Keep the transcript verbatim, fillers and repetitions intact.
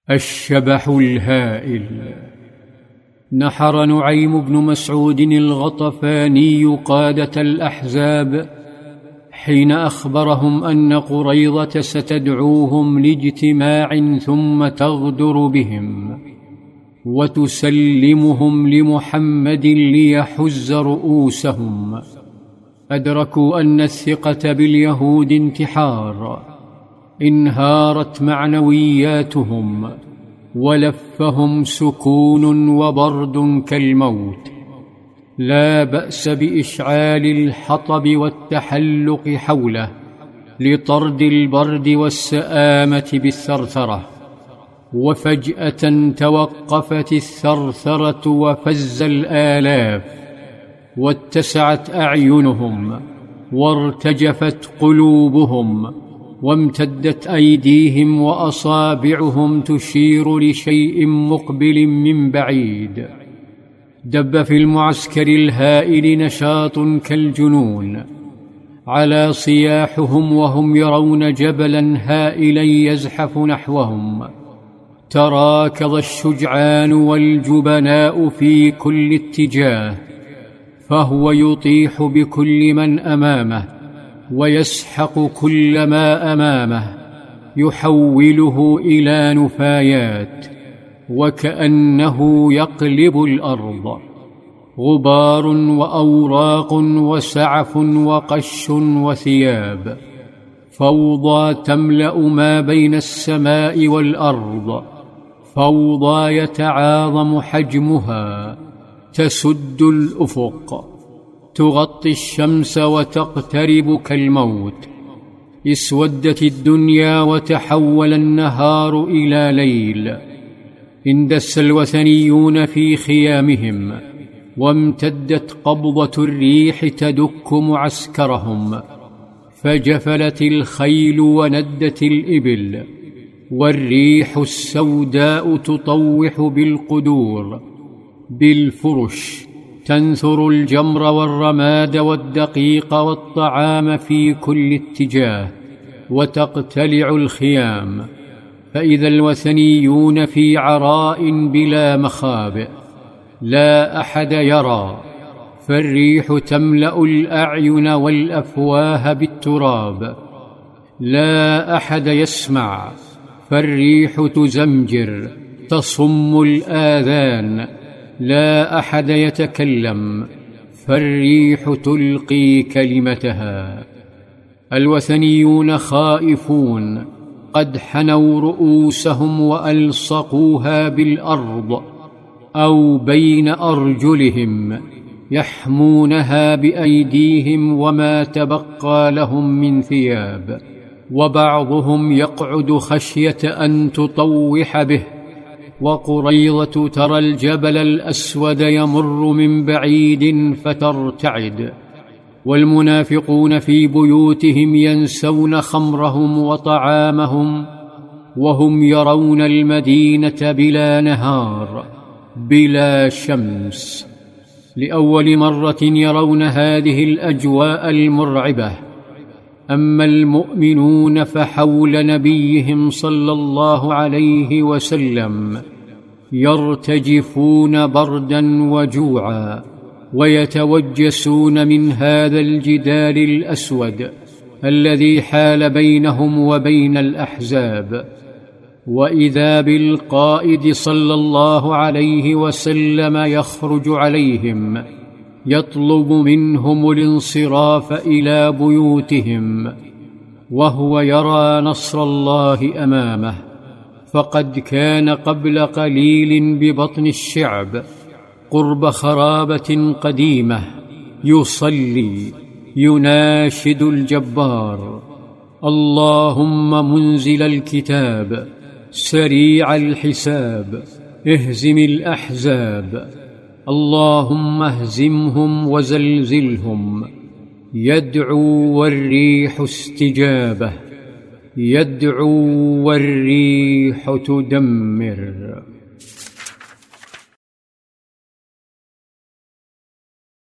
الشبح الهائل. نحر نعيم بن مسعود الغطفاني قادة الأحزاب حين أخبرهم أن قريظة ستدعوهم لاجتماع ثم تغدر بهم وتسلمهم لمحمد ليحز رؤوسهم. أدركوا أن الثقة باليهود انتحار، انهارت معنوياتهم ولفهم سكون وبرد كالموت. لا بأس بإشعال الحطب والتحلق حوله لطرد البرد والسآمة بالثرثرة، وفجأة توقفت الثرثرة وفز الآلاف، واتسعت أعينهم وارتجفت قلوبهم، وامتدت أيديهم وأصابعهم تشير لشيء مقبل من بعيد. دب في المعسكر الهائل نشاط كالجنون، على صياحهم وهم يرون جبلا هائلا يزحف نحوهم. تراكض الشجعان والجبناء في كل اتجاه، فهو يطيح بكل من أمامه ويسحق كل ما أمامه، يحوله إلى نفايات وكأنه يقلب الأرض. غبار وأوراق وسعف وقش وثياب، فوضى تملأ ما بين السماء والأرض، فوضى يتعاظم حجمها، تسد الأفق، تغطي الشمس وتقترب كالموت. اسودت الدنيا وتحول النهار إلى ليل. اندس الوثنيون في خيامهم، وامتدت قبضة الريح تدك معسكرهم، فجفلت الخيل وندت الإبل، والريح السوداء تطوح بالقدور بالفرش، تنثر الجمر والرماد والدقيق والطعام في كل اتجاه، وتقتلع الخيام. فإذا الوثنيون في عراء بلا مخابئ، لا أحد يرى، فالريح تملأ الأعين والأفواه بالتراب. لا أحد يسمع، فالريح تزمجر تصم الآذان. لا أحد يتكلم، فالريح تلقي كلمتها. الوثنيون خائفون، قد حنوا رؤوسهم وألصقوها بالأرض أو بين أرجلهم، يحمونها بأيديهم وما تبقى لهم من ثياب، وبعضهم يقعد خشية أن تطوح به. وقريظة ترى الجبل الأسود يمر من بعيد فترتعد، والمنافقون في بيوتهم ينسون خمرهم وطعامهم، وهم يرون المدينة بلا نهار بلا شمس. لأول مرة يرون هذه الأجواء المرعبة. أما المؤمنون فحول نبيهم صلى الله عليه وسلم يرتجفون بردا وجوعا، ويتوجسون من هذا الجدال الأسود الذي حال بينهم وبين الأحزاب. وإذا بالقائد صلى الله عليه وسلم يخرج عليهم يطلب منهم الانصراف إلى بيوتهم، وهو يرى نصر الله أمامه. فقد كان قبل قليل ببطن الشعب قرب خرابة قديمة يصلي يناشد الجبار: اللهم منزل الكتاب سريع الحساب اهزم الأحزاب، اللهم اهزمهم وزلزلهم. يدعو والريح استجابة، يدعو والريح تدمر.